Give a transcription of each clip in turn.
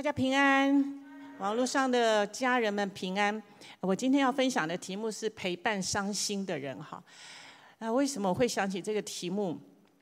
家平安，网络上的家人们平安。我今天要分享的题目是陪伴伤心的人哈。为什么我会想起这个题目？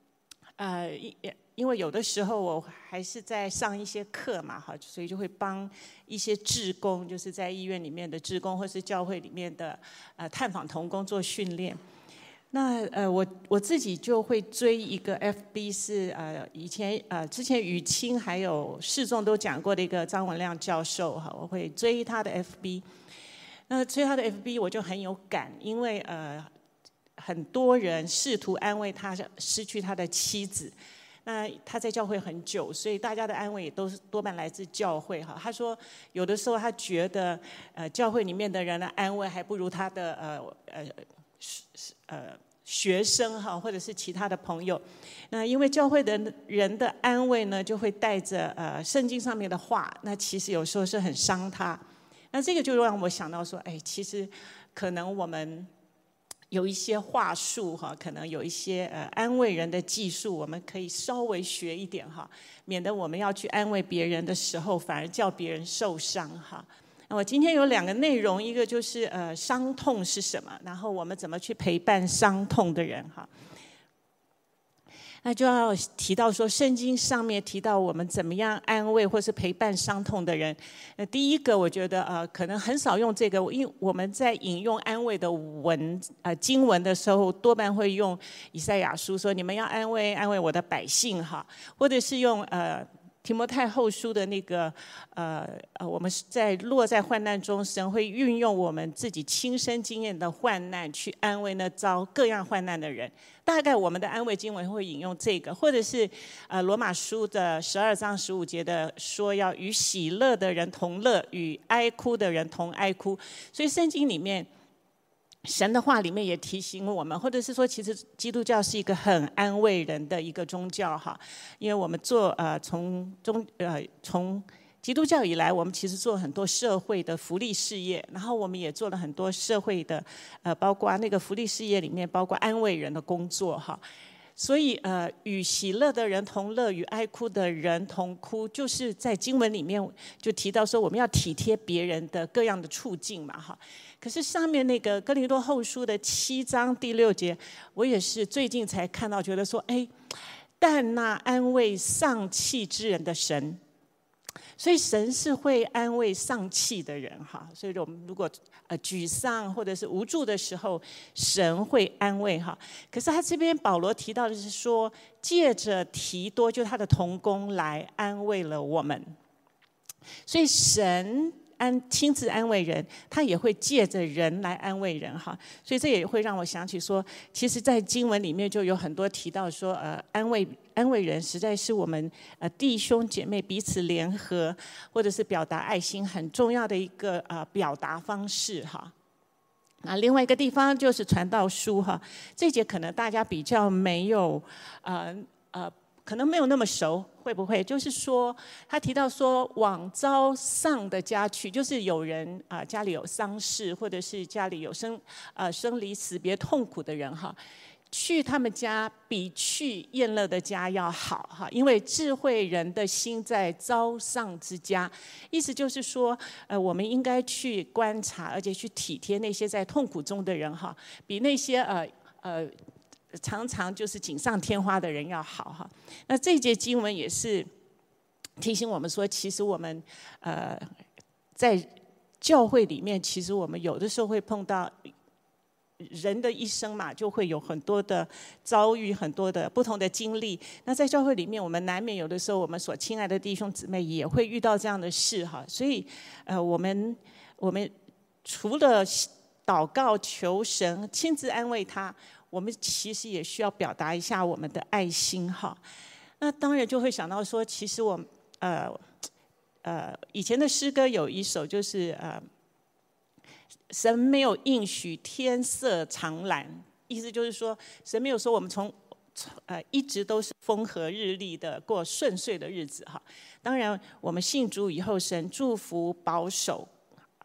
因为有的时候我还是在上一些课嘛哈，所以就会帮一些志工，就是在医院里面的志工，或是教会里面的探访同工做训练。那我自己就会追一个 FB 是之前雨清还有世仲都讲过的一个张文亮教授哈，我会追他的 FB。那追他的 FB 我就很有感，因为很多人试图安慰他失去他的妻子。那他在教会很久，所以大家的安慰也都是多半来自教会哈。他说有的时候他觉得教会里面的人的安慰还不如他的学生哈，或者是其他的朋友。那因为教会的人的安慰呢，就会带着圣经上面的话，那其实有时候是很伤他。那这个就让我想到说，其实可能我们有一些话术哈，可能有一些安慰人的技术，我们可以稍微学一点哈，免得我们要去安慰别人的时候，反而叫别人受伤哈。那我今天有2个内容，一个就是伤痛是什么，然后我们怎么去陪伴伤痛的人哈。那就要提到说，圣经上面提到我们怎么样安慰或是陪伴伤痛的人。第一个我觉得可能很少用这个，因为我们在引用安慰的经文的时候，多半会用以赛亚书说你们要安慰安慰我的百姓哈，或者是用提摩太后书的那个我们落在患难中，神会运用我们自己亲身经验的患难去安慰那遭各样患难的人。大概我们的安慰经文会引用这个，或者是罗马书的12章15节的说要与喜乐的人同乐，与哀哭的人同哀哭。所以圣经里面神的话里面也提醒我们，或者是说其实基督教是一个很安慰人的一个宗教哈。因为我们从基督教以来，我们其实做很多社会的福利事业，然后我们也做了很多社会的包括那个福利事业里面包括安慰人的工作哈。所以与喜乐的人同乐，与哀哭的人同哭，就是在经文里面就提到说我们要体贴别人的各样的处境嘛哈。可是上面那个哥林多后书的7章第6节，我也是最近才看到，觉得说但那安慰丧气之人的神，所以神是会安慰丧气的人哈。所以我们如果沮丧或者是无助的时候，神会安慰哈。可是他这边保罗提到的是说，借着提多就他的同工来安慰了我们。所以神亲自安慰人，他也会借着人来安慰人哈。所以这也会让我想起说，其实在经文里面就有很多提到说安慰人实在是我们弟兄姐妹彼此联合或者是表达爱心很重要的一个表达方式哈。另外一个地方就是传道书哈，这节可能大家比较没有可能没有那么熟，会不会？就是说，他提到说，往遭丧的家去，就是有人家里有丧事，或者是家里有生离死别痛苦的人哈，去他们家比去宴乐的家要好哈，因为智慧人的心在遭丧之家。意思就是说，我们应该去观察，而且去体贴那些在痛苦中的人哈，比那些常常就是锦上添花的人要好哈。那这一节经文也是提醒我们说，其实我们在教会里面，其实我们有的时候会碰到人的一生嘛，就会有很多的遭遇，很多的不同的经历。那在教会里面，我们难免有的时候，我们所亲爱的弟兄姊妹也会遇到这样的事哈。所以我们除了祷告求神亲自安慰他，我们其实也需要表达一下我们的爱心哈。那当然就会想到说，其实我以前的诗歌有一首就是神没有应许天色常蓝，意思就是说神没有说我们一直都是风和日丽的过顺遂的日子哈。当然我们信主以后，神祝福保守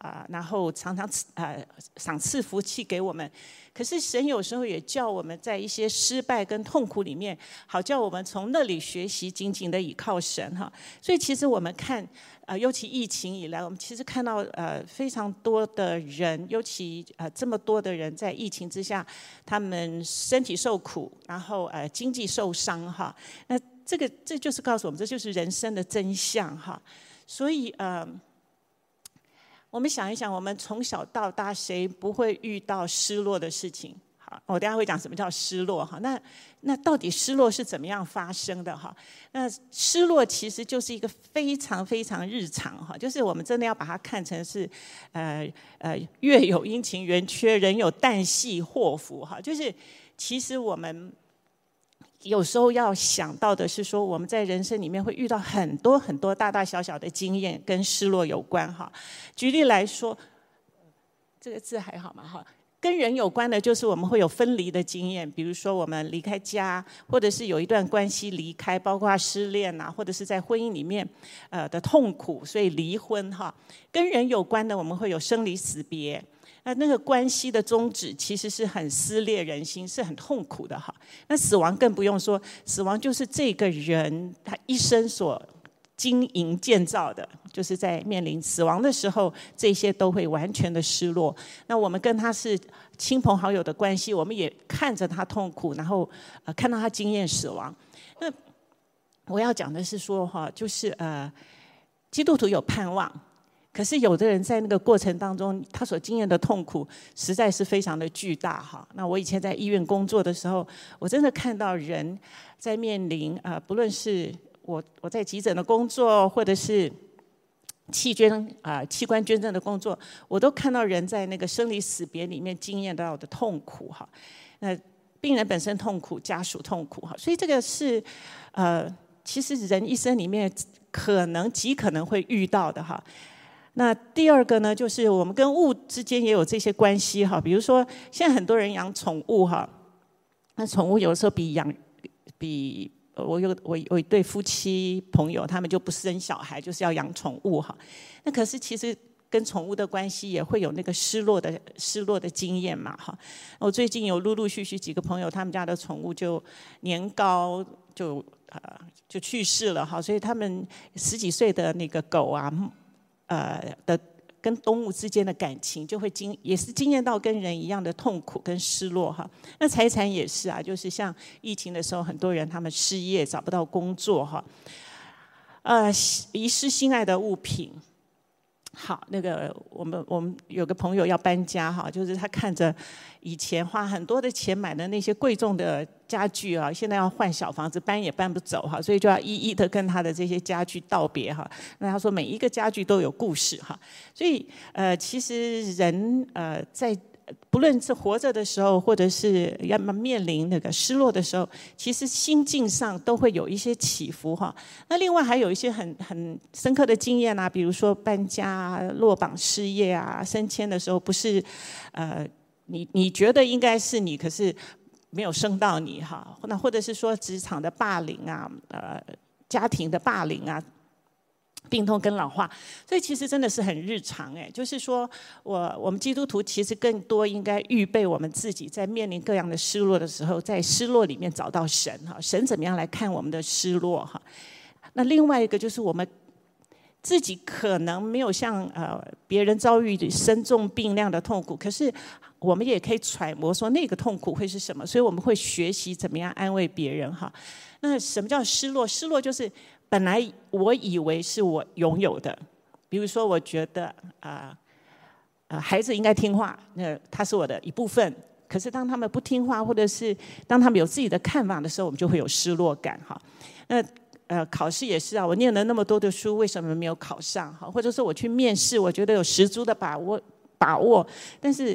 然后常常赏赐福气给我们。可是神有时候也叫我们在一些失败跟痛苦里面，好叫我们从那里学习紧紧的倚靠神哈。所以其实我们看尤其疫情以来，我们其实看到非常多的人，尤其这么多的人在疫情之下，他们身体受苦，然后经济受伤哈。那这就是告诉我们，这就是人生的真相哈。所以我们想一想，我们从小到大谁不会遇到失落的事情？好，我等一下会讲什么叫失落哈。那到底失落是怎么样发生的哈？那失落其实就是一个非常非常日常哈，就是我们真的要把它看成是月有阴晴圆缺，人有旦夕祸福哈。就是其实我们有时候要想到的是说，我们在人生里面会遇到很多很多大大小小的经验跟失落有关哈。举例来说，这个字还好吗哈？跟人有关的就是我们会有分离的经验，比如说我们离开家，或者是有一段关系离开，包括失恋啊，或者是在婚姻里面的痛苦，所以离婚哈。跟人有关的，我们会有生离死别。那个关系的终止其实是很撕裂人心，是很痛苦的哈。那死亡更不用说，死亡就是这个人他一生所经营建造的，就是在面临死亡的时候，这些都会完全的失落。那我们跟他是亲朋好友的关系，我们也看着他痛苦，然后看到他经验死亡。那我要讲的是说哈，就是基督徒有盼望。可是有的人在那个过程当中，他所经验的痛苦实在是非常的巨大哈。那我以前在医院工作的时候，我真的看到人在面临不论是我在急诊的工作，或者是器官捐赠的工作，我都看到人在那个生离死别里面经验到的痛苦哈。那病人本身痛苦，家属痛苦哈，所以这个是其实人一生里面极可能会遇到的哈。那第二个呢，就是我们跟物之间也有这些关系哈。比如说，现在很多人养宠物哈，那宠物有的时候我有一对夫妻朋友，他们就不生小孩，就是要养宠物哈。那可是其实跟宠物的关系也会有那个失落的经验嘛哈。我最近有陆陆续续几个朋友，他们家的宠物就年高就去世了哈，所以他们10几岁的那个狗啊。的跟动物之间的感情，就会也是经验到跟人一样的痛苦跟失落哈。那财产也是啊，就是像疫情的时候，很多人他们失业找不到工作哈，遗失心爱的物品。好，那个我们有个朋友要搬家哈，就是他看着以前花很多的钱买的那些贵重的家具啊，现在要换小房子，搬也搬不走哈，所以就要一一的跟他的这些家具道别哈。那他说每一个家具都有故事哈，所以其实人在不论是活着的时候，或者是要面临那个失落的时候，其实心境上都会有一些起伏哈。那另外还有一些很深刻的经验啊，比如说搬家啊、落榜失业啊、升迁的时候，不是你觉得应该是你，可是没有升到你哈。那或者是说职场的霸凌啊、家庭的霸凌啊。病痛跟老化，所以其实真的是很日常哎，就是说我们基督徒其实更多应该预备我们自己，在面临各样的失落的时候，在失落里面找到神哈，神怎么样来看我们的失落哈？那另外一个就是我们自己可能没有像别人遭遇生重病那样的痛苦，可是我们也可以揣摩说那个痛苦会是什么，所以我们会学习怎么样安慰别人哈。那什么叫失落？失落就是本来我以为是我拥有的，比如说我觉得孩子应该听话，那他是我的一部分。可是当他们不听话，或者是当他们有自己的看法的时候，我们就会有失落感哈。那考试也是啊，我念了那么多的书，为什么没有考上哈？或者说我去面试，我觉得有十足的把握，但是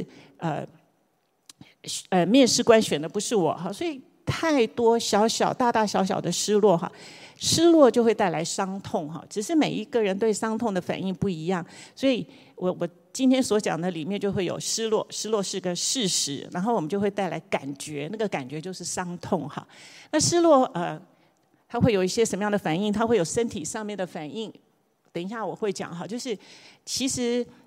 面试官选的不是我哈，所以太多大大小小的失落哈。失落就会带来伤痛哈，只是每一个人对伤痛的反应不一样，所以我今天所讲的里面就会有失落，失落是个事实，然后我们就会带来感觉，那个感觉就是伤痛哈。那失落它会有一些什么样的反应？它会有身体上面的反应，等一下我会讲哈，就是其实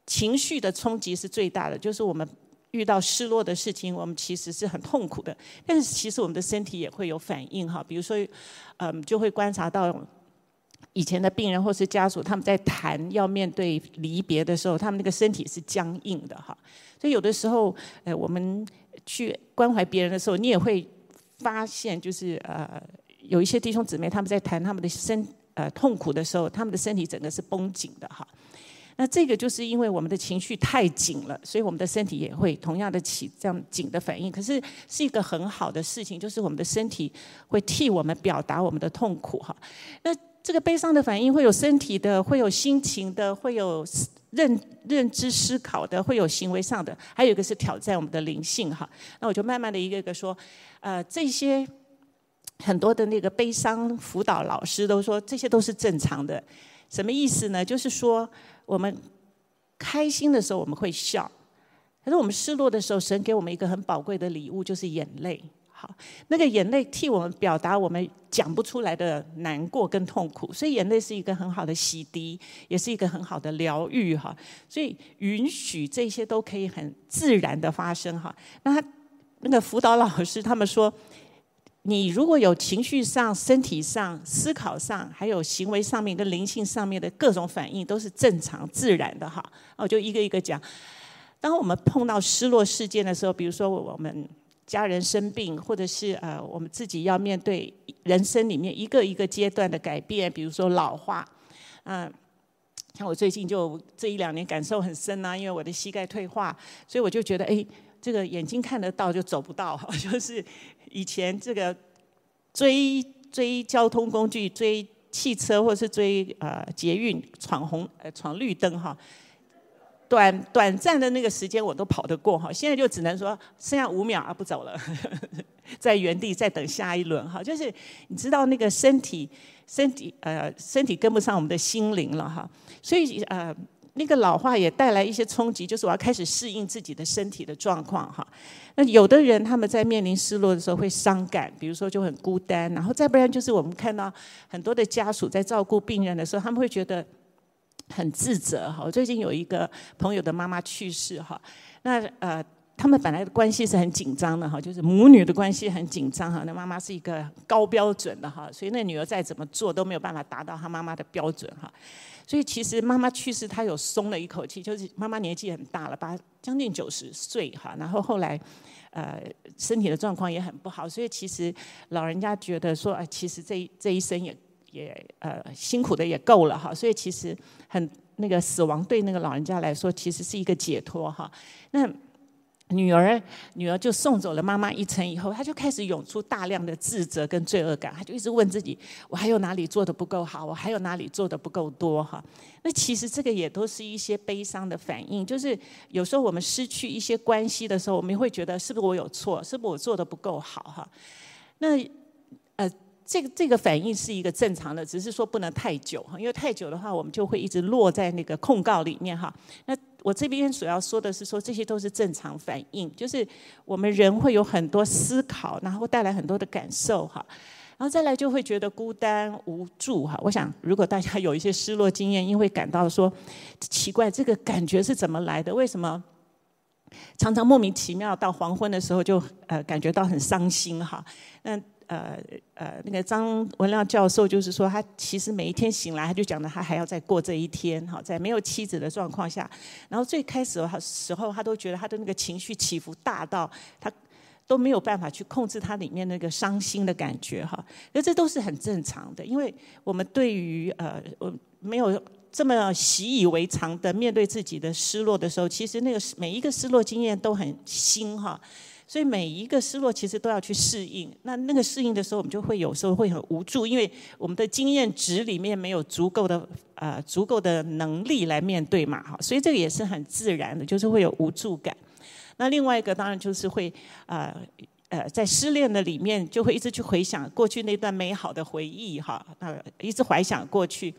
情绪的冲击是最大的，就是我们遇到失落的事情，我们其实是很痛苦的，但是其实我们的身体也会有反应哈。比如说，就会观察到以前的病人或是家属，他们在谈要面对离别的时候，他们那个身体是僵硬的哈。所以有的时候，我们去关怀别人的时候，你也会发现，就是有一些弟兄姊妹他们在谈他们的痛苦的时候，他们的身体整个是绷紧的哈。那这个就是因为我们的情绪太紧了，所以我们的身体也会同样的起这样紧的反应。可是是一个很好的事情，就是我们的身体会替我们表达我们的痛苦哈。那这个悲伤的反应会有身体的，会有心情的，会有认知思考的，会有行为上的，还有一个是挑战我们的灵性哈。那我就慢慢的一个一个说，这些很多的那个悲伤辅导老师都说这些都是正常的。什么意思呢？就是说我们开心的时候我们会笑，可是我们失落的时候，神给我们一个很宝贵的礼物，就是眼泪。好，那个眼泪替我们表达我们讲不出来的难过跟痛苦，所以眼泪是一个很好的洗涤，也是一个很好的疗愈哈。所以允许这些都可以很自然的发生哈。那个辅导老师他们说，你如果有情绪上、身体上、思考上，还有行为上面跟灵性上面的各种反应，都是正常自然的哈。我就一个一个讲。当我们碰到失落事件的时候，比如说我们家人生病，或者是我们自己要面对人生里面一个一个阶段的改变，比如说老化，像我最近就这1-2年感受很深啊，因为我的膝盖退化，所以我就觉得这个眼睛看得到就走不到，就是以前这个追交通工具、追汽车或是追捷运闯绿灯哈。短暂的那个时间我都跑得过哈，现在就只能说剩下5秒不走了，在原地再等下一轮哈。就是你知道那个身体跟不上我们的心灵了哈，所以那个老化也带来一些冲击，就是我要开始适应自己的身体的状况哈。那有的人他们在面临失落的时候会伤感，比如说就很孤单，然后再不然就是我们看到很多的家属在照顾病人的时候，他们会觉得很自责哈。我最近有一个朋友的妈妈去世哈，那他们本来的关系是很紧张的哈，就是母女的关系很紧张哈。那妈妈是一个高标准的哈，所以那女儿再怎么做都没有办法达到她妈妈的标准哈。所以其实妈妈去世，她有松了一口气，就是妈妈年纪很大了，将近90岁哈，然后后来身体的状况也很不好，所以其实老人家觉得说，其实这一生也辛苦的也够了哈，所以其实那个死亡对那个老人家来说，其实是一个解脱哈。那女儿就送走了妈妈一程以后，她就开始涌出大量的自责跟罪恶感，她就一直问自己：我还有哪里做得不够好？我还有哪里做得不够多？哈，那其实这个也都是一些悲伤的反应，就是有时候我们失去一些关系的时候，我们会觉得是不是我有错？是不是我做得不够好？哈，那这个反应是一个正常的，只是说不能太久哈，因为太久的话，我们就会一直落在那个控告里面哈。那我这边所要说的是说，这些都是正常反应，就是我们人会有很多思考，然后带来很多的感受哈，然后再来就会觉得孤单无助哈。我想，如果大家有一些失落经验，因为感到说奇怪，这个感觉是怎么来的？为什么常常莫名其妙到黄昏的时候就感觉到很伤心哈？那个张文亮教授就是说，他其实每一天醒来，他就讲的他还要再过这一天，哈，在没有妻子的状况下，然后最开始的时候，他都觉得他的那个情绪起伏大到他都没有办法去控制他里面那个伤心的感觉，哈，那这都是很正常的，因为我们对于没有这么习以为常的面对自己的失落的时候，其实那个每一个失落经验都很新哈。所以每一个失落其实都要去适应，那个适应的时候，我们就会有时候会很无助，因为我们的经验值里面没有足够的能力来面对嘛，哈，所以这个也是很自然的，就是会有无助感。那另外一个当然就是会在失恋的里面，就会一直去回想过去那段美好的回忆哈，一直怀想过去，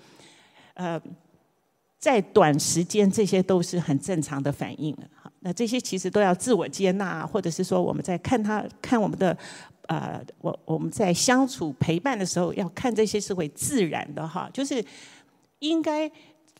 在短时间这些都是很正常的反应。那这些其实都要自我接纳，或者是说我们在看我们的我们在相处陪伴的时候，要看这些是会自然的哈，就是应该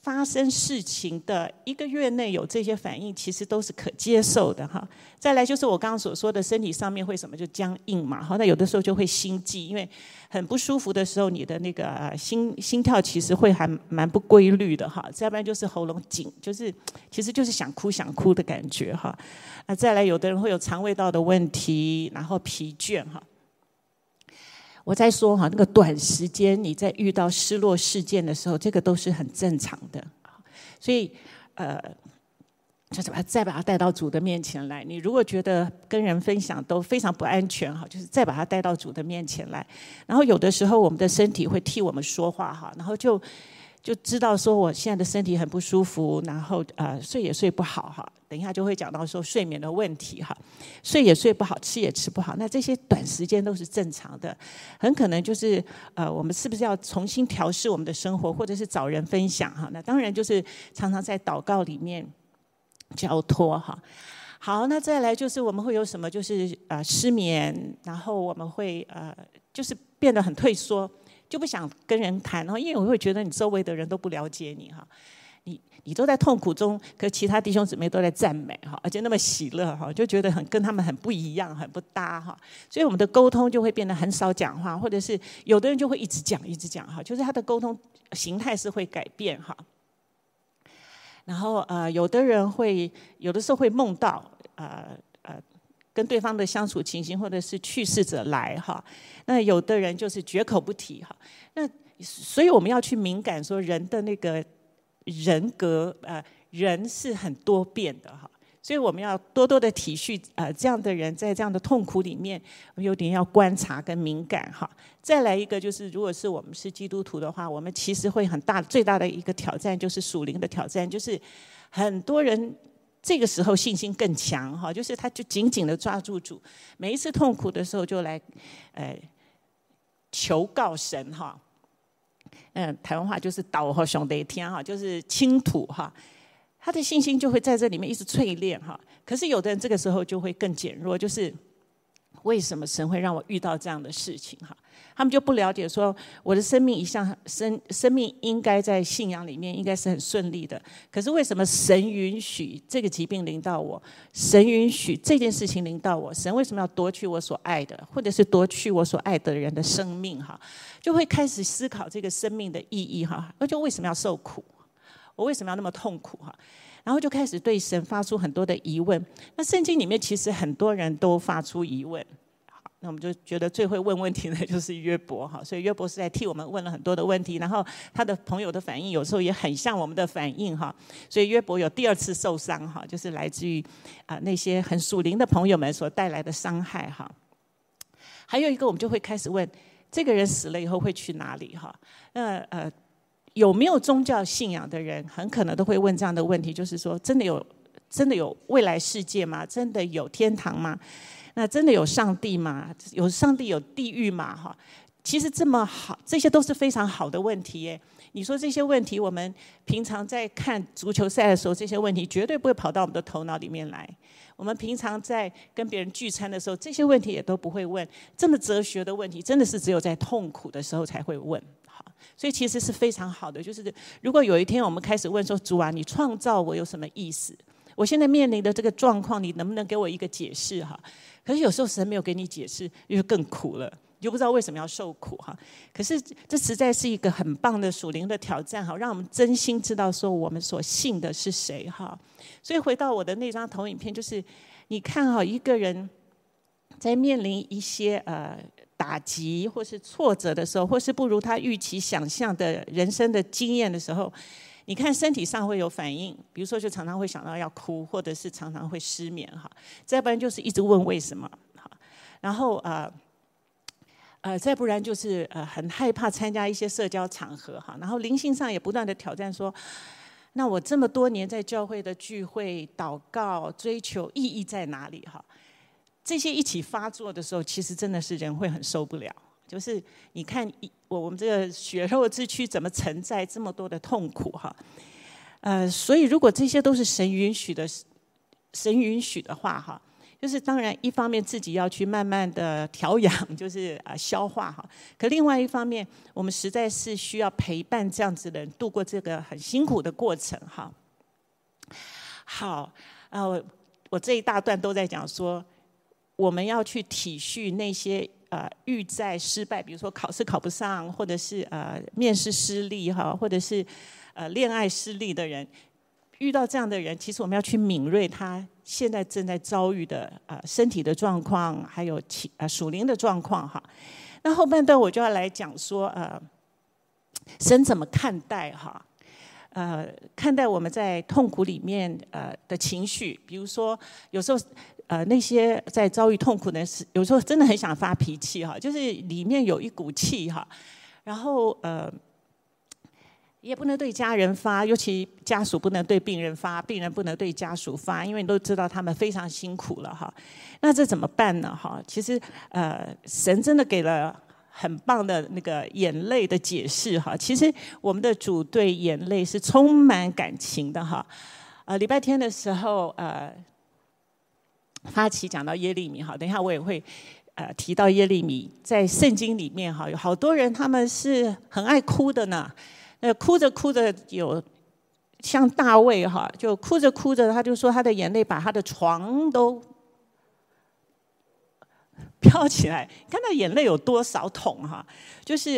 发生事情的1个月内有这些反应，其实都是可接受的哈。再来就是我刚刚所说的，身体上面会什么就僵硬嘛，哈，那有的时候就会心悸，因为很不舒服的时候，你的那个心跳其实会还蛮不规律的哈。再不然就是喉咙紧，其实就是想哭的感觉哈。再来有的人会有肠胃道的问题，然后疲倦哈。我在说哈，那个短时间你在遇到失落事件的时候，这个都是很正常的。所以就是再把它带到主的面前来。你如果觉得跟人分享都非常不安全哈，就是再把它带到主的面前来。然后有的时候我们的身体会替我们说话哈，然后就知道说我现在的身体很不舒服，然后睡也睡不好哈。等一下就会讲到说睡眠的问题哈，睡也睡不好，吃也吃不好，那这些短时间都是正常的，很可能就是我们是不是要重新调试我们的生活，或者是找人分享哈？那当然就是常常在祷告里面交托哈。好，那再来就是我们会有什么？就是失眠，然后我们会就是变得很退缩，就不想跟人谈哈，因为我会觉得你周围的人都不了解你哈。你都在痛苦中，可其他弟兄姊妹都在赞美哈，而且那么喜乐哈，就觉得跟他们很不一样，很不搭哈。所以我们的沟通就会变得很少讲话，或者是有的人就会一直讲哈，就是他的沟通形态是会改变哈。然后有的人有的时候会梦到跟对方的相处情形，或者是去世者来哈。那有的人就是绝口不提哈。那所以我们要去敏感说人的那个人格人是很多变的哈，所以我们要多多的体恤这样的人在这样的痛苦里面，有点要观察跟敏感哈。再来一个就是，如果是我们是基督徒的话，我们其实会最大的一个挑战就是属灵的挑战，就是很多人这个时候信心更强哈，就是他就紧紧的抓住主，每一次痛苦的时候就来求告神哈。台湾话就是祷和兄弟天哈，就是倾吐哈，他的信心就会在这里面一直淬炼哈。可是有的人这个时候就会更减弱，就是为什么神会让我遇到这样的事情哈？他们就不了解说，我的生命一向生命应该在信仰里面应该是很顺利的，可是为什么神允许这个疾病临到我？神允许这件事情临到我？神为什么要夺去我所爱的，或者是夺去我所爱的人的生命哈？就会开始思考这个生命的意义哈，就为什么要受苦？我为什么要那么痛苦哈？然后就开始对神发出很多的疑问。那圣经里面其实很多人都发出疑问。那我们就觉得最会问问题的就是约伯哈，所以约伯是在替我们问了很多的问题，然后他的朋友的反应有时候也很像我们的反应哈，所以约伯有第2次受伤哈，就是来自于那些很属灵的朋友们所带来的伤害哈。还有一个我们就会开始问，这个人死了以后会去哪里哈？那有没有宗教信仰的人很可能都会问这样的问题，就是说真的有未来世界吗？真的有天堂吗？那真的有上帝吗？有上帝有地狱吗？哈，其实这么好，这些都是非常好的问题耶。你说这些问题，我们平常在看足球赛的时候，这些问题绝对不会跑到我们的头脑里面来。我们平常在跟别人聚餐的时候，这些问题也都不会问。这么哲学的问题，真的是只有在痛苦的时候才会问。好，所以其实是非常好的。就是如果有一天我们开始问说：“主啊，你创造我有什么意思？我现在面临的这个状况，你能不能给我一个解释？”哈。可是有时候神没有给你解释，就更苦了，你就不知道为什么要受苦哈。可是这实在是一个很棒的属灵的挑战哈，让我们真心知道说我们所信的是谁哈。所以回到我的那张投影片，就是你看哈，一个人在面临一些打击或是挫折的时候，或是不如他预期想象的人生的经验的时候，你看身体上会有反应，比如说就常常会想到要哭，或者是常常会失眠哈，再不然就是一直问为什么哈，然后再不然就是很害怕参加一些社交场合哈，然后灵性上也不断的挑战说，那我这么多年在教会的聚会、祷告、追求意义在哪里哈？这些一起发作的时候，其实真的是人会很受不了。就是你看我们这个血肉之躯怎么承载这么多的痛苦哈？所以如果这些都是神允许的话哈， 就是当然一方面自己要去慢慢的调养，就是消化哈。可另外一方面，我们实在是需要陪伴这样子的人度过这个很辛苦的过程哈。好，我这一大段都在讲说，我们要去体恤那些遇在失败，比如说考试考不上，或者是面试失利哈，或者是恋爱失利的人。遇到这样的人，其实我们要去敏锐他现在正在遭遇的身体的状况，还有属灵的状况哈。那后半段我就要来讲说，神怎么看待哈？看待我们在痛苦里面的情绪，比如说有时候那些在遭遇痛苦的人，有时候真的很想发脾气哈，就是里面有一股气哈，然后也不能对家人发，尤其家属不能对病人发，病人不能对家属发，因为你都知道他们非常辛苦了哈。那这怎么办呢？哈，其实神真的给了很棒的那个眼泪的解释哈。其实我们的主对眼泪是充满感情的哈。礼拜天的时候发起讲到耶利米哈，等一下我也会提到耶利米，在圣经里面哈，有好多人他们是很爱哭的呢。哭着哭着，有像大卫哈，就哭着哭着，他就说他的眼泪把他的床都飘起来。你看那眼泪有多少桶哈？就是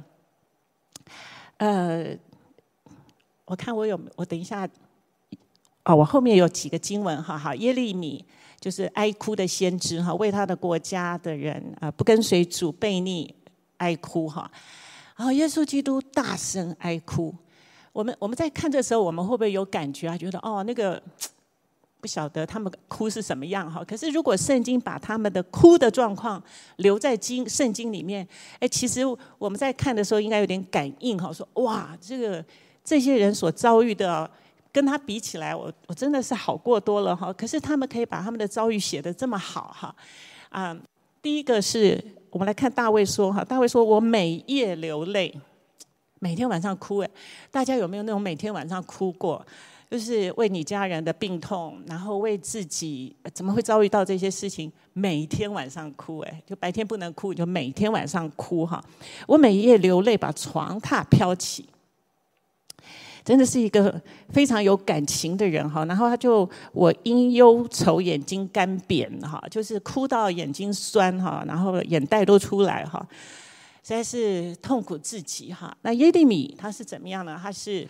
我看我等一下我后面有几个经文哈，好，耶利米就是哀哭的先知哈，为他的国家的人不跟随主悖逆哀哭哈。然后耶稣基督大声哀哭，我们在看的时候，我们会不会有感觉啊？觉得那个不晓得他们哭是什么样哈。可是如果圣经把他们的哭的状况留在圣经里面，其实我们在看的时候应该有点感应哈，说哇，这些人所遭遇的，跟他比起来，我真的是好过多了哈。可是他们可以把他们的遭遇写得这么好哈，第一个是。我们来看大卫说哈，大卫说我每夜流泪，每天晚上哭大家有没有那种每天晚上哭过？就是为你家人的病痛，然后为自己怎么会遭遇到这些事情，每天晚上哭就白天不能哭，就每天晚上哭哈。我每夜流泪，把床榻飘起。真的是一个非常有感情的人哈，然后我因忧愁眼睛干扁哈，就是哭到眼睛酸哈，然后眼袋都出来哈，实在是痛苦至极哈。那耶利米他是怎么样呢？他是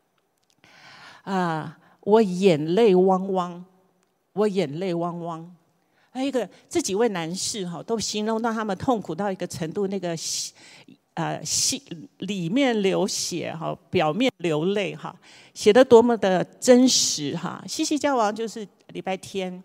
我眼泪汪汪，我眼泪汪汪。还有一个这几位男士哈，都形容到他们痛苦到一个程度，那个里面流血哈，表面流泪哈，写得多么的真实哈。西西家王就是礼拜天，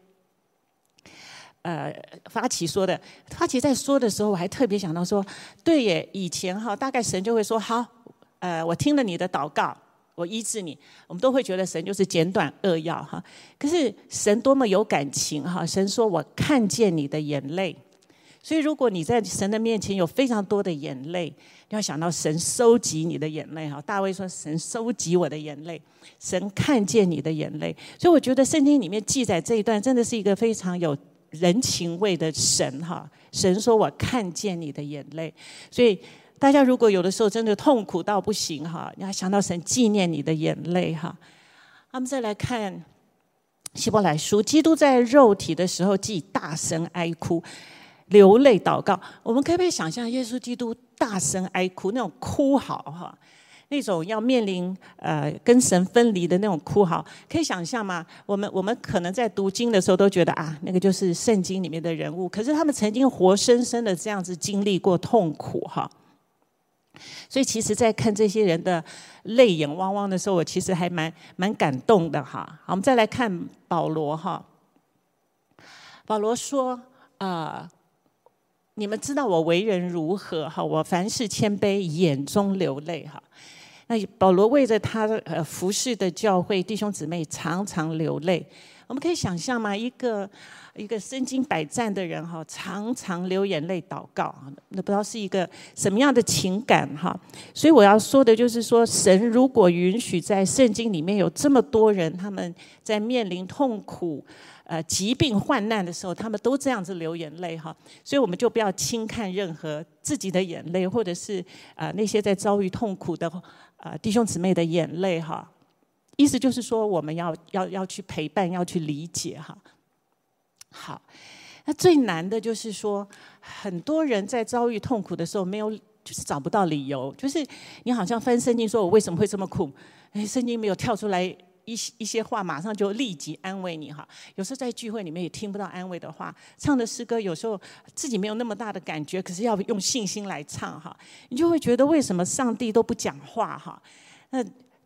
发起说的。发起在说的时候，我还特别想到说，对耶，以前哈，大概神就会说好，我听了你的祷告，我医治你。我们都会觉得神就是简短扼要哈。可是神多么有感情哈，神说我看见你的眼泪。所以，如果你在神的面前有非常多的眼泪，你要想到神收集你的眼泪哈。大卫说：“神收集我的眼泪，神看见你的眼泪。”所以，我觉得圣经里面记载这一段真的是一个非常有人情味的神哈。神说：“我看见你的眼泪。”所以，大家如果有的时候真的痛苦到不行哈，你要想到神纪念你的眼泪哈。我们再来看希伯来书，基督在肉体的时候既大声哀哭。流泪祷告，我们可不可以想象耶稣基督大声哀哭那种哭嚎哈，那种要面临跟神分离的那种哭嚎，可以想象吗？我们可能在读经的时候都觉得那个就是圣经里面的人物，可是他们曾经活生生的这样子经历过痛苦哈。所以其实在看这些人的泪眼汪汪的时候，我其实还蛮感动的哈。好，我们再来看保罗哈。保罗说你们知道我为人如何哈？我凡事谦卑，眼中流泪哈。那保罗为着他服侍的教会弟兄姊妹常常流泪。 我们可以想象吗？一个身经百战的人哈，常常流眼泪祷告，那不知道是一个什么样的情感哈。所以我要说的就是说，神如果允许在圣经里面有这么多人，他们在面临痛苦、疾病患难的时候，他们都这样子流眼泪哈。所以我们就不要轻看任何自己的眼泪，或者是那些在遭遇痛苦的弟兄姊妹的眼泪哈。意思就是说，我们要去陪伴，要去理解哈。好，那最难的就是说，很多人在遭遇痛苦的时候，就是找不到理由，就是你好像翻圣经说，我为什么会这么苦？圣经没有跳出来一些话，马上就立即安慰你哈。有时候在聚会里面也听不到安慰的话，唱的诗歌有时候自己没有那么大的感觉，可是要用信心来唱哈，你就会觉得为什么上帝都不讲话哈？那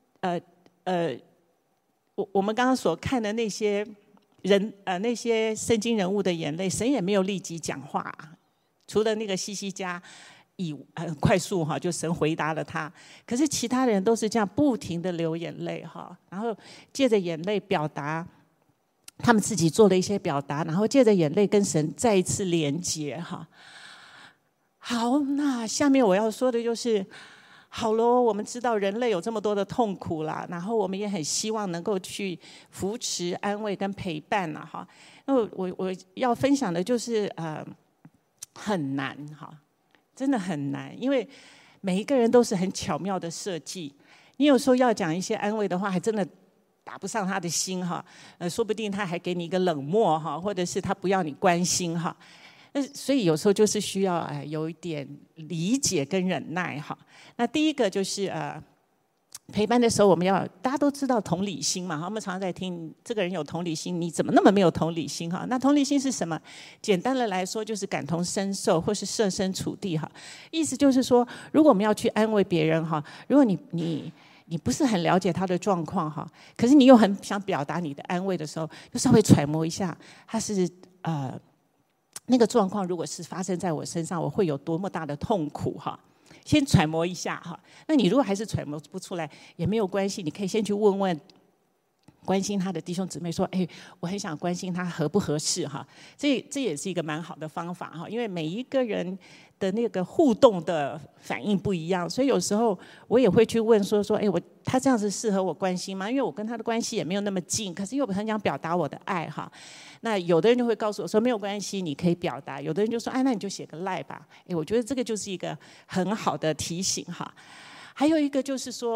我们刚刚所看的那些人那些圣经人物的眼泪，神也没有立即讲话，除了那个西西家很快速哈，就神回答了他。可是其他人都是这样不停的流眼泪哈，然后借着眼泪表达他们自己做了一些表达，然后借着眼泪跟神再一次连结哈。好，那下面我要说的就是。好咯，我们知道人类有这么多的痛苦啦，然后我们也很希望能够去扶持、安慰跟陪伴啦，哈。那我要分享的就是很难哈，真的很难，因为每一个人都是很巧妙的设计。你有时候要讲一些安慰的话，还真的打不上他的心哈，说不定他还给你一个冷漠哈，或者是他不要你关心哈。所以有时候就是需要有一点理解跟忍耐哈。那第一个就是陪伴的时候，我们要大家都知道同理心嘛，我们常常在听这个人有同理心，你怎么那么没有同理心哈？那同理心是什么？简单的来说，就是感同身受或是设身处地哈。意思就是说，如果我们要去安慰别人哈，如果你不是很了解他的状况哈，可是你又很想表达你的安慰的时候，就稍微揣摩一下，他是那个状况如果是发生在我身上，我会有多么大的痛苦哈？先揣摩一下哈。那你如果还是揣摩不出来，也没有关系，你可以先去问问关心他的弟兄姊妹说：“我很想关心他合不合适哈？”这也是一个蛮好的方法哈，因为每一个人的那个互动的反应不一样，所以有时候我也会去问说：“他这样子适合我关心吗？”因为我跟他的关系也没有那么近，可是又很想表达我的爱哈。那有的人就会告诉我说没有关系，你可以表达；有的人就说那你就写个赖吧。我觉得这个就是一个很好的提醒哈。还有一个就是说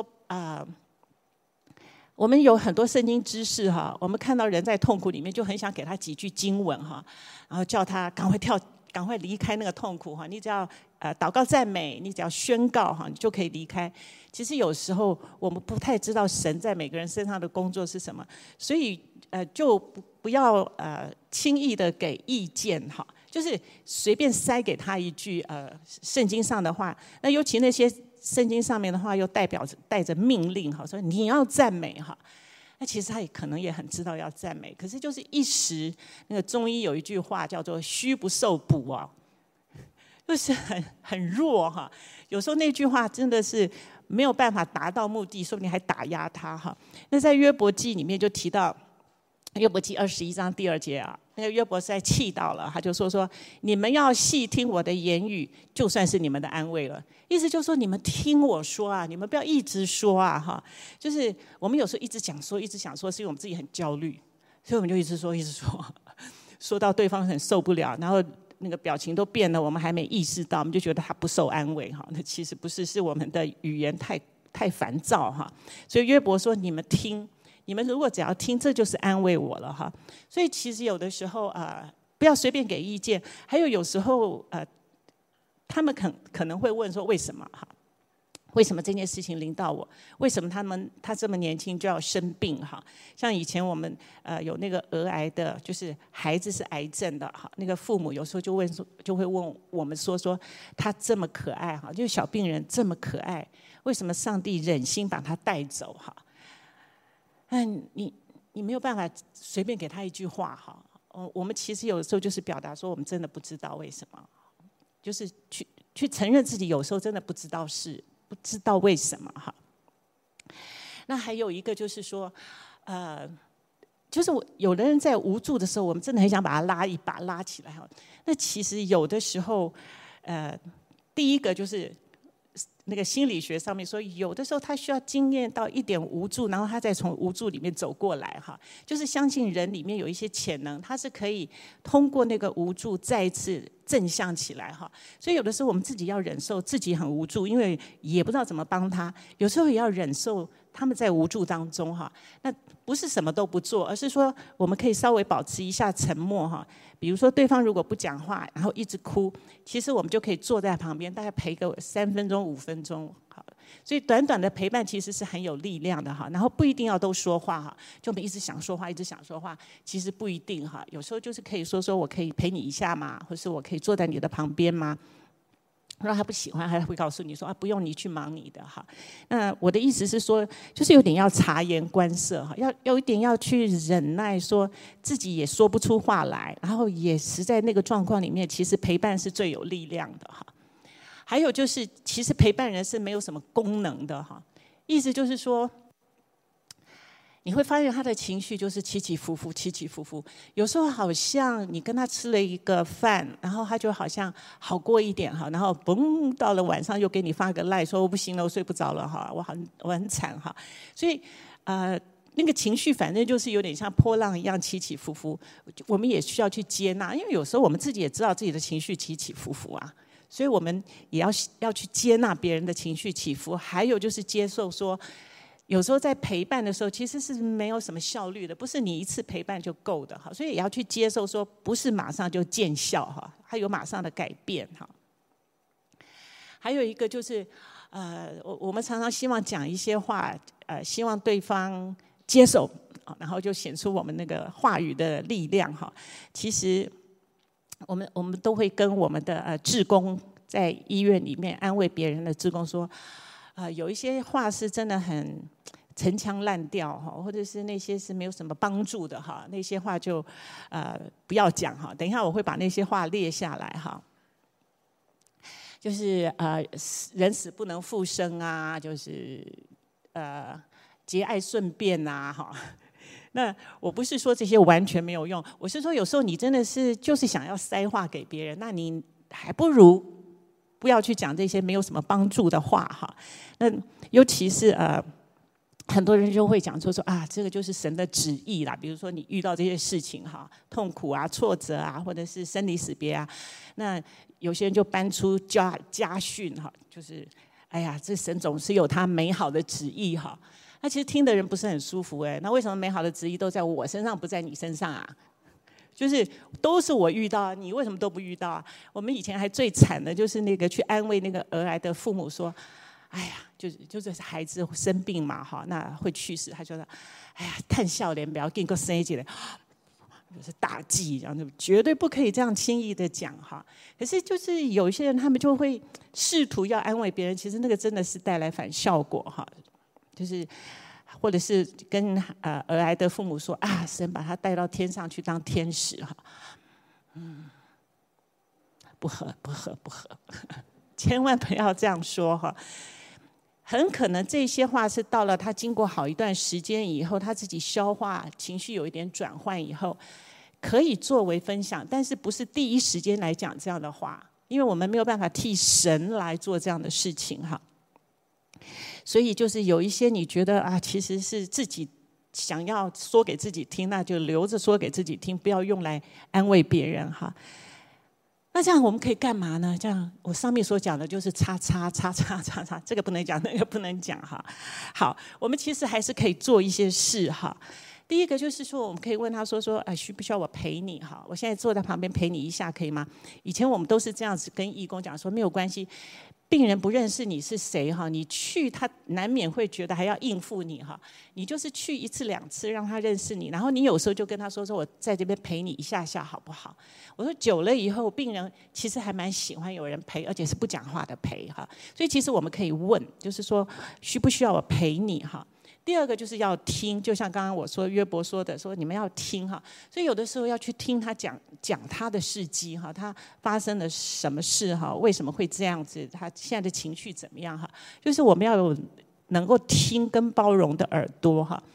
我们有很多圣经知识哈，我们看到人在痛苦里面，就很想给他几句经文哈，然后叫他赶快离开那个痛苦哈。你只要祷告赞美，你只要宣告哈，你就可以离开。其实有时候我们不太知道神在每个人身上的工作是什么，所以就不要轻易的给意见哈，就是随便塞给他一句圣经上的话。那尤其那些圣经上面的话，又带着命令哈，说你要赞美哈。那其实他也可能也很知道要赞美，可是就是一时那个中医有一句话叫做虚不受补啊，就是很弱哈。有时候那句话真的是没有办法达到目的，说不定还打压他哈。那在约伯记里面就提到约伯记21章第2节啊，那个约伯实在气到了，他就说你们要细听我的言语，就算是你们的安慰了。意思就是说，你们听我说啊，你们不要一直说啊哈。就是我们有时候一直想说，是因为我们自己很焦虑，所以我们就一直说，说到对方很受不了，然后那个表情都变了，我们还没意识到，我们就觉得他不受安慰哈。那其实不是，是我们的语言太烦躁哈。所以约伯说，你们听。你们如果只要听，这就是安慰我了哈。所以其实有的时候不要随便给意见。还有时候他们可能会问说为什么哈？为什么这件事情临到我？为什么他这么年轻就要生病哈？像以前我们有那个儿癌的，就是孩子是癌症的哈，那个父母有时候就会问我们说他这么可爱哈，就是小病人这么可爱，为什么上帝忍心把他带走哈？你没有办法随便给他一句话哈。我们其实有的时候就是表达说我们真的不知道为什么，就是去承认自己有时候真的不知道为什么哈。那还有一个就是说， 就是有的人在无助的时候，我们真的很想把他拉一把拉起来哈。那其实有的时候，第一个就是那个心理学上面说，有的时候他需要经验到一点无助，然后他再从无助里面走过来哈。就是相信人里面有一些潜能，他是可以通过那个无助再一次正向起来哈。所以有的时候我们自己要忍受自己很无助，因为也不知道怎么帮他，有时候也要忍受他们在无助当中哈。那不是什么都不做，而是说我们可以稍微保持一下沉默哈。比如说对方如果不讲话，然后一直哭，其实我们就可以坐在旁边，大概陪个3分钟、5分钟，好。所以短短的陪伴其实是很有力量的哈。然后不一定要都说话哈，就我们一直想说话，一直想说话，其实不一定哈。有时候就是可以说我可以陪你一下嘛，或是我可以坐在你的旁边吗？如果他不喜欢，他会告诉你说不用，你去忙你的哈。那我的意思是说，就是有点要察言观色哈，要有一点要去忍耐，说自己也说不出话来，然后也实在那个状况里面，其实陪伴是最有力量的哈。还有就是，其实陪伴人是没有什么功能的哈，意思就是说，你会发现他的情绪就是起起伏伏，起起伏伏。有时候好像你跟他吃了一个饭，然后他就好像好过一点哈，然后嘣，到了晚上又给你发个赖，说我不行了，我睡不着了哈，我很惨哈。所以那个情绪反正就是有点像波浪一样起起伏伏，我们也需要去接纳，因为有时候我们自己也知道自己的情绪起起伏伏啊。所以我们也要去接纳别人的情绪起伏，还有就是接受说，有时候在陪伴的时候其实是没有什么效率的，不是你一次陪伴就够的哈。所以也要去接受说，不是马上就见效哈，还有马上的改变哈。还有一个就是，我们常常希望讲一些话，希望对方接受，然后就显出我们那个话语的力量哈。其实。我们都会跟我们的志工在医院里面安慰别人的志工说，有一些话是真的很陈腔滥调哈，或者是那些是没有什么帮助的哈，那些话就不要讲哈。等一下我会把那些话列下来哈。就是人死不能复生啊，就是节哀顺变啊哈。那我不是说这些完全没有用，我是说有时候你真的是就是想要塞话给别人，那你还不如不要去讲这些没有什么帮助的话哈。那尤其是很多人就会讲说这个就是神的旨意啦。比如说你遇到这些事情哈，痛苦啊、挫折啊，或者是生离死别啊，那有些人就搬出家训哈，就是哎呀，这神总是有他美好的旨意哈。那其实听的人不是很舒服那为什么美好的旨意都在我身上，不在你身上啊？就是都是我遇到，你为什么都不遇到啊？我们以前还最惨的就是那个去安慰那个儿癌的父母说，哎呀，就是孩子生病嘛哈，那会去世，他觉得，哎呀，叹笑脸不要给个生一来，就是大忌，然后就绝对不可以这样轻易的讲哈。可是就是有一些人他们就会试图要安慰别人，其实那个真的是带来反效果哈。就是，或者是跟儿癌的父母说神把他带到天上去当天使哈，不合，千万不要这样说哈。很可能这些话是到了他经过好一段时间以后，他自己消化情绪有一点转换以后，可以作为分享，但是不是第一时间来讲这样的话，因为我们没有办法替神来做这样的事情哈。所以就是有一些你觉得其实是自己想要说给自己听，那就留着说给自己听，不要用来安慰别人哈。那这样我们可以干嘛呢？这样我上面所讲的就是叉，这个不能讲，那个不能讲哈。好，我们其实还是可以做一些事哈。第一个就是说，我们可以问他说需不需要我陪你哈？我现在坐在旁边陪你一下可以吗？以前我们都是这样子跟义工讲说，没有关系。病人不认识你是谁哈，你去他难免会觉得还要应付你哈。你就是去1次2次让他认识你，然后你有时候就跟他说我在这边陪你一下下好不好？我说久了以后，病人其实还蛮喜欢有人陪，而且是不讲话的陪哈。所以其实我们可以问，就是说需不需要我陪你哈？第二个就是要听，就像刚刚我说约伯说的，说你们要听哈。所以有的时候要去听他讲他的事迹哈，他发生了什么事哈，为什么会这样子，他现在的情绪怎么样哈？就是我们要有能够听跟包容的耳朵哈。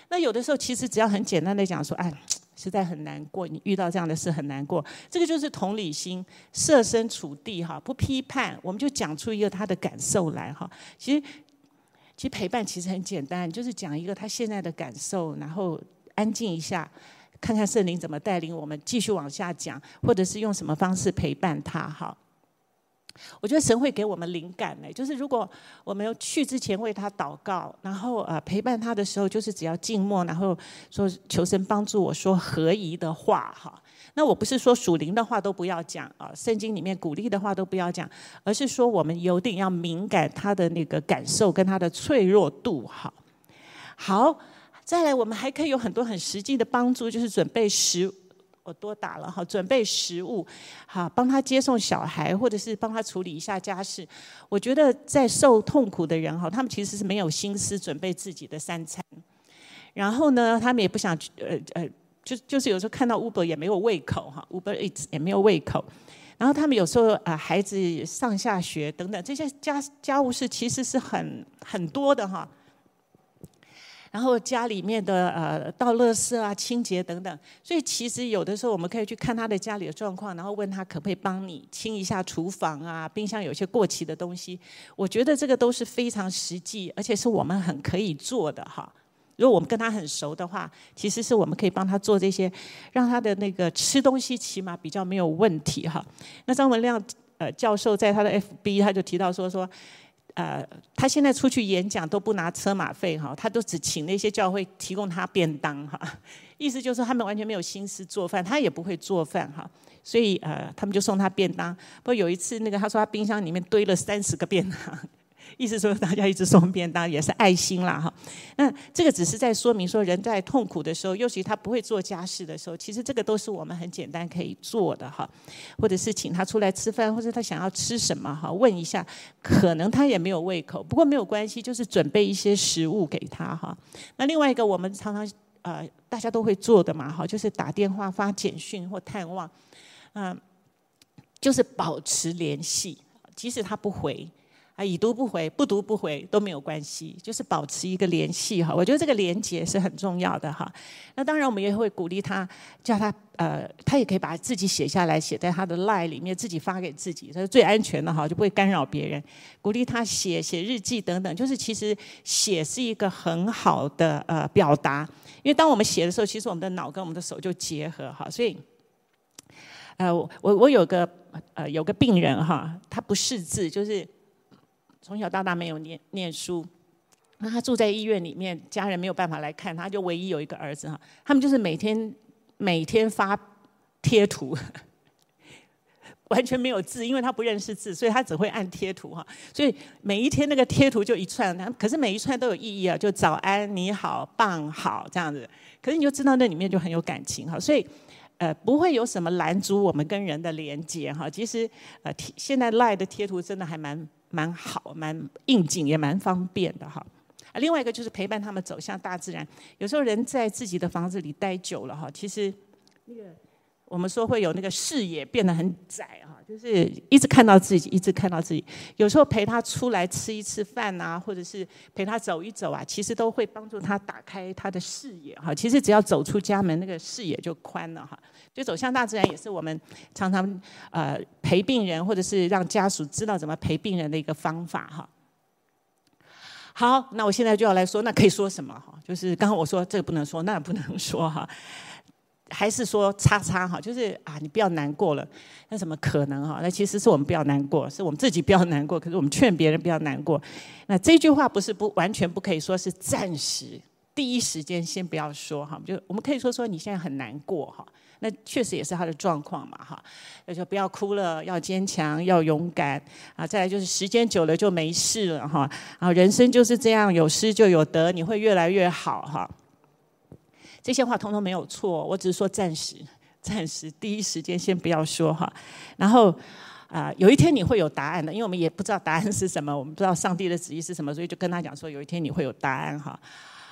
那有的时候其实只要很简单的讲说，哎，实在很难过，你遇到这样的事很难过，这个就是同理心，设身处地哈，不批判，我们就讲出一个他的感受来哈。其实陪伴其实很简单，就是讲一个他现在的感受，然后安静一下，看看圣灵怎么带领我们继续往下讲，或者是用什么方式陪伴他哈。我觉得神会给我们灵感呢，就是如果我们去之前为他祷告，然后陪伴他的时候，就是只要静默，然后说求神帮助我说合宜的话哈。那我不是说属灵的话都不要讲啊，圣经里面鼓励的话都不要讲，而是说我们有点要敏感他的那个感受跟他的脆弱度哈。好，再来我们还可以有很多很实际的帮助，就是准备我多打了哈，准备食物，好帮他接送小孩，或者是帮他处理一下家事。我觉得在受痛苦的人哈，他们其实是没有心思准备自己的3餐，然后呢，他们也不想就是有时候看到 Uber 也没有胃口哈 ，Uber Eats 也没有胃口。然后他们有时候孩子上下学等等这些家务事其实是很多的哈。然后家里面的倒垃圾啊、清洁等等，所以其实有的时候我们可以去看他的家里的状况，然后问他可不可以帮你清一下厨房啊、冰箱有些过期的东西。我觉得这个都是非常实际，而且是我们很可以做的哈。如果我们跟他很熟的话，其实是我们可以帮他做这些，让他的那个吃东西起码比较没有问题哈。那张文亮教授在他的 FB 他就提到说。他现在出去演讲都不拿车马费哈，他都只请那些教会提供他便当哈，意思就是说他们完全没有心思做饭，他也不会做饭哈，所以他们就送他便当。不过有一次他说他冰箱里面堆了30个便当，意思说大家一直送便当也是爱心啦哈。那这个只是在说明说人在痛苦的时候，尤其他不会做家事的时候，其实这个都是我们很简单可以做的哈。或者是请他出来吃饭，或者他想要吃什么哈，问一下，可能他也没有胃口，不过没有关系，就是准备一些食物给他哈。那另外一个我们常常大家都会做的嘛哈，就是打电话、发简讯或探望，就是保持联系，即使他不回。已读不回、不读不回都没有关系，就是保持一个联系哈。我觉得这个连结是很重要的哈。那当然我们也会鼓励他，叫他他也可以把自己写下来，写在他的 LINE 里面，自己发给自己，这是最安全的哈，就不会干扰别人。鼓励他写日记等等，就是其实写是一个很好的表达，因为当我们写的时候，其实我们的脑跟我们的手就结合哈，所以。我有个病人哈，他不识字，就是从小到大没有念书，那他住在医院里面，家人没有办法来看他，就唯一有一个儿子哈，他们就是每天发贴图，完全没有字，因为他不认识字，所以他只会按贴图哈，所以每一天那个贴图就一串，可是每一串都有意义啊，就早安、你好、棒好这样子，可是你就知道那里面就很有感情哈，所以。不会有什么拦阻我们跟人的连接哈。其实现在 LINE 的贴图真的还蛮好、蛮应景，也蛮方便的哈。另外一个就是陪伴他们走向大自然。有时候人在自己的房子里待久了哈，其实那个我们说会有那个视野变得很窄哈，就是一直看到自己，一直看到自己。有时候陪他出来吃一次饭啊，或者是陪他走一走啊，其实都会帮助他打开他的视野哈。其实只要走出家门，那个视野就宽了哈。就走向大自然也是我们常常陪病人，或者是让家属知道怎么陪病人的一个方法哈。好，那我现在就要来说，那可以说什么哈？就是刚刚我说这个不能说，那也不能说哈。还是说叉哈，就是你不要难过了，那怎么可能哈？那其实是我们不要难过，是我们自己不要难过，可是我们劝别人不要难过。那这句话不是完全不可以说，是暂时第一时间先不要说哈，就我们可以说你现在很难过哈，那确实也是他的状况嘛哈，那就不要哭了，要坚强，要勇敢啊。再来就是时间久了就没事了哈，然后人生就是这样，有失就有得，你会越来越好哈。这些话通通没有错，我只是说暂时第一时间先不要说哈。然后有一天你会有答案的，因为我们也不知道答案是什么，我们不知道上帝的旨意是什么，所以就跟他讲说有一天你会有答案哈。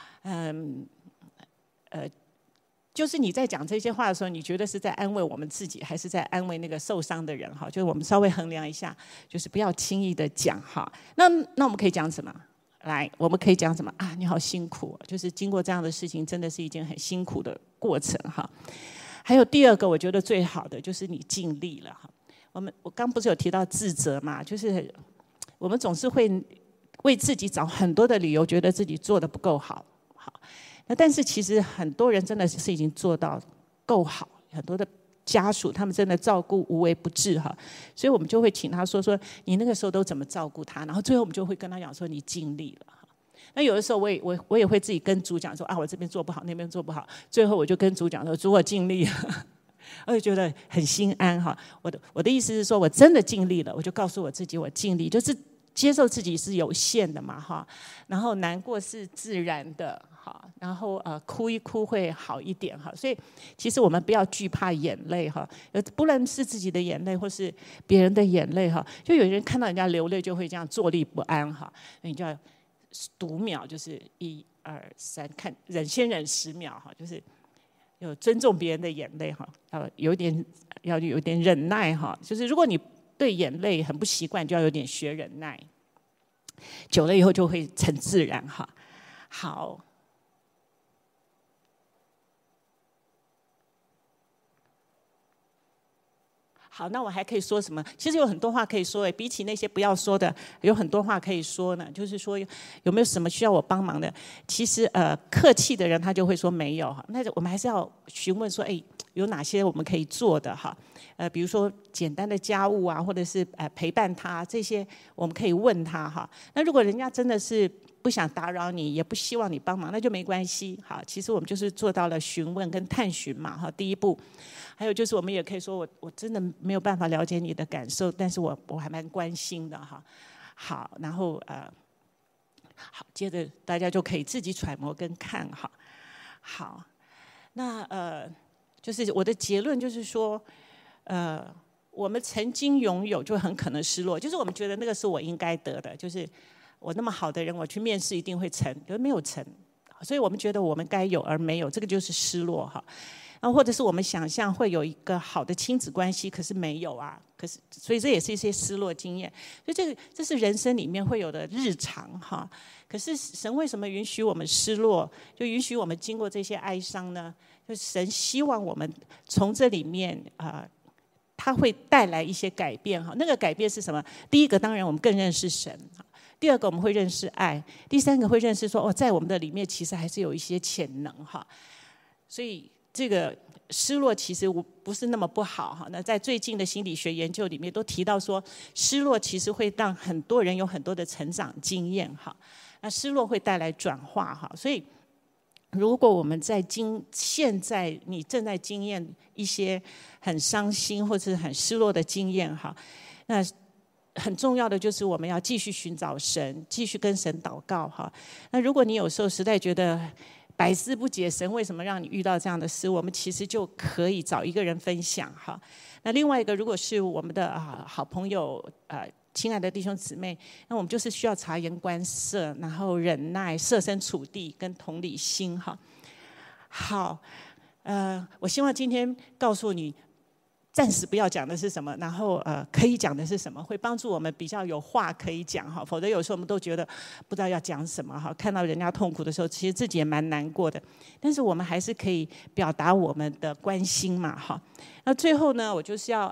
就是你在讲这些话的时候，你觉得是在安慰我们自己，还是在安慰那个受伤的人哈？就是我们稍微衡量一下，就是不要轻易的讲哈。那我们可以讲什么？ 来，我们可以讲什么啊？你好辛苦，就是经过这样的事情，真的是一件很辛苦的过程哈。还有第二个，我觉得最好的就是你尽力了哈。我刚不是有提到自责嘛，就是我们总是会为自己找很多的理由，觉得自己做得不够好。好，那但是其实很多人真的是已经做到够好，很多的家属他们真的照顾无微不至哈，所以我们就会请他说你那个时候都怎么照顾他，然后最后我们就会跟他讲说你尽力了。那有的时候我也会自己跟主讲说啊，我这边做不好，那边做不好，最后我就跟主讲说主我尽力了。我就觉得很心安哈。我的意思是说，我真的尽力了，我就告诉我自己，我尽力，就是接受自己是有限的嘛哈。然后难过是自然的哈，然后哭一哭会好一点哈。所以其实我们不要惧怕眼泪哈，不论是自己的眼泪或是别人的眼泪哈。就有人看到人家流泪就会这样坐立不安哈，你就要读秒，就是1、2、3，看忍先忍10秒哈，就是。有尊重别人的眼泪哈，要有点忍耐哈。就是如果你对眼泪很不习惯，就要有点学忍耐，久了以后就会很自然哈。好。好，那我还可以说什么？其实有很多话可以说，比起那些不要说的，有很多话可以说呢。就是说，有没有什么需要我帮忙的？其实客气的人他就会说没有哈。那我们还是要询问说，有哪些我们可以做的哈？比如说简单的家务啊，或者是陪伴他这些，我们可以问他哈。那如果人家真的是不想打扰你，也不希望你帮忙，那就没关系。好，其实我们就是做到了询问跟探寻嘛哈。第一步。还有就是，我们也可以说我真的没有办法了解你的感受，但是我还蛮关心的哈。好，然后好，接着大家就可以自己揣摩跟看哈。好，那就是我的结论就是说，我们曾经拥有就很可能失落，就是我们觉得那个是我应该得的，就是我那么好的人，我去面试一定会成，可是没有成，所以我们觉得我们该有而没有，这个就是失落哈。然后或者是我们想象会有一个好的亲子关系，可是没有啊，所以这也是一些失落经验。所以这是人生里面会有的日常哈。可是神为什么允许我们失落，就允许我们经过这些哀伤呢？就神希望我们从这里面他会带来一些改变哈。那个改变是什么？第一个当然我们更认识神，第二个我们会认识爱，第三个会认识说在我们的里面其实还是有一些潜能哈。所以这个失落其实不是那么不好哈。那在最近的心理学研究里面都提到说，失落其实会让很多人有很多的成长经验哈。那失落会带来转化哈。所以如果我们现在你正在经验一些很伤心或者是很失落的经验哈，那很重要的就是我们要继续寻找神，继续跟神祷告哈。那如果你有时候实在觉得百思不解，神为什么让你遇到这样的事？我们其实就可以找一个人分享哈。那另外一个，如果是我们的好朋友亲爱的弟兄姊妹，那我们就是需要察言观色，然后忍耐、设身处地跟同理心哈。好，我希望今天告诉你，暂时不要讲的是什么，然后可以讲的是什么，会帮助我们比较有话可以讲哈。否则有时候我们都觉得不知道要讲什么哈，看到人家痛苦的时候，其实自己也蛮难过的。但是我们还是可以表达我们的关心嘛哈。那最后呢，我就是要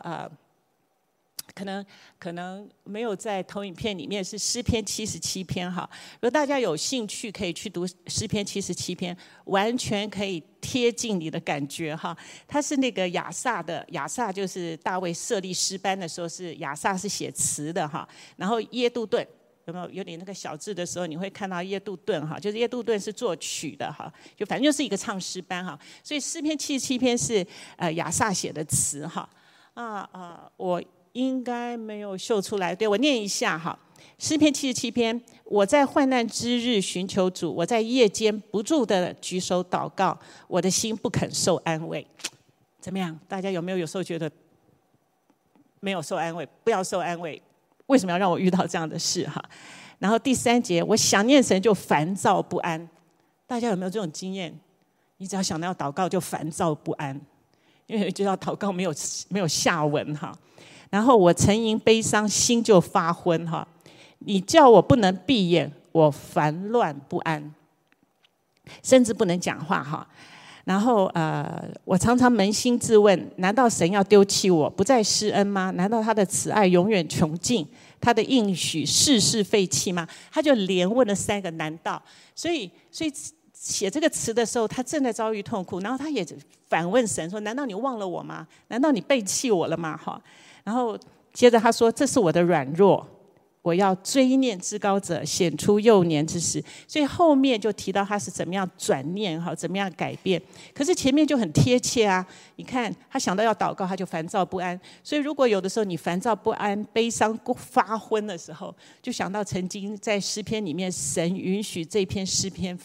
可能没有在投影片里面是诗篇77篇哈。如果大家有兴趣，可以去读诗篇77篇，完全可以贴近你的感觉哈。它是那个亚萨的，亚萨就是大卫设立诗班的时候是亚萨是写词的哈。然后耶杜顿有点那个小字的时候，你会看到耶杜顿哈，就是耶杜顿是作曲的哈，就反正就是一个唱诗班哈。所以诗篇77篇是亚萨写的词哈。我应该没有秀出来，对，我念一下哈。诗篇77篇，我在患难之日寻求主，我在夜间不住的举手祷告，我的心不肯受安慰。怎么样？大家有没有时候觉得没有受安慰？不要受安慰，为什么要让我遇到这样的事哈？然后第3节，我想念神就烦躁不安。大家有没有这种经验？你只要想到要祷告就烦躁不安，因为知道祷告没有下文哈。然后我沉吟悲伤，心就发昏哈。你叫我不能闭眼， 我烦乱不安，甚至不能讲话哈。然后我常常扪心自问：难道神要丢弃我，不再施恩吗？难道他的慈爱永远穷尽，他的应许世事废弃吗？他就连问了3个难道。所以写这个词的时候，他正在遭遇痛苦，然后他也反问神说：难道你忘了我吗？难道你背弃我了吗？哈。然后接着他说：这是我的软弱，我要追念至高者，显出幼年之时。所以后面就提到他是怎么样转念，怎么样改变。可是前面就很贴切啊！你看他想到要祷告，他就烦躁不安。所以如果有的时候你烦躁不安、悲伤发昏的时候，就想到曾经在诗篇里面，神允许这篇诗篇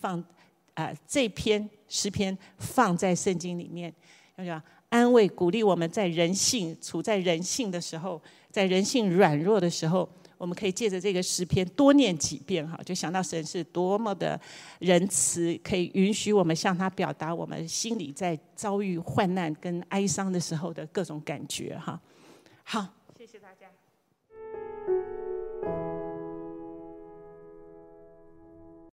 放在圣经里面，要讲安慰鼓励我们在处在人性的时候，在人性软弱的时候，我们可以借着这个诗篇多念几遍哈，就想到神是多么的仁慈，可以允许我们向他表达我们心里在遭遇患难跟哀伤的时候的各种感觉哈。好，谢谢大家。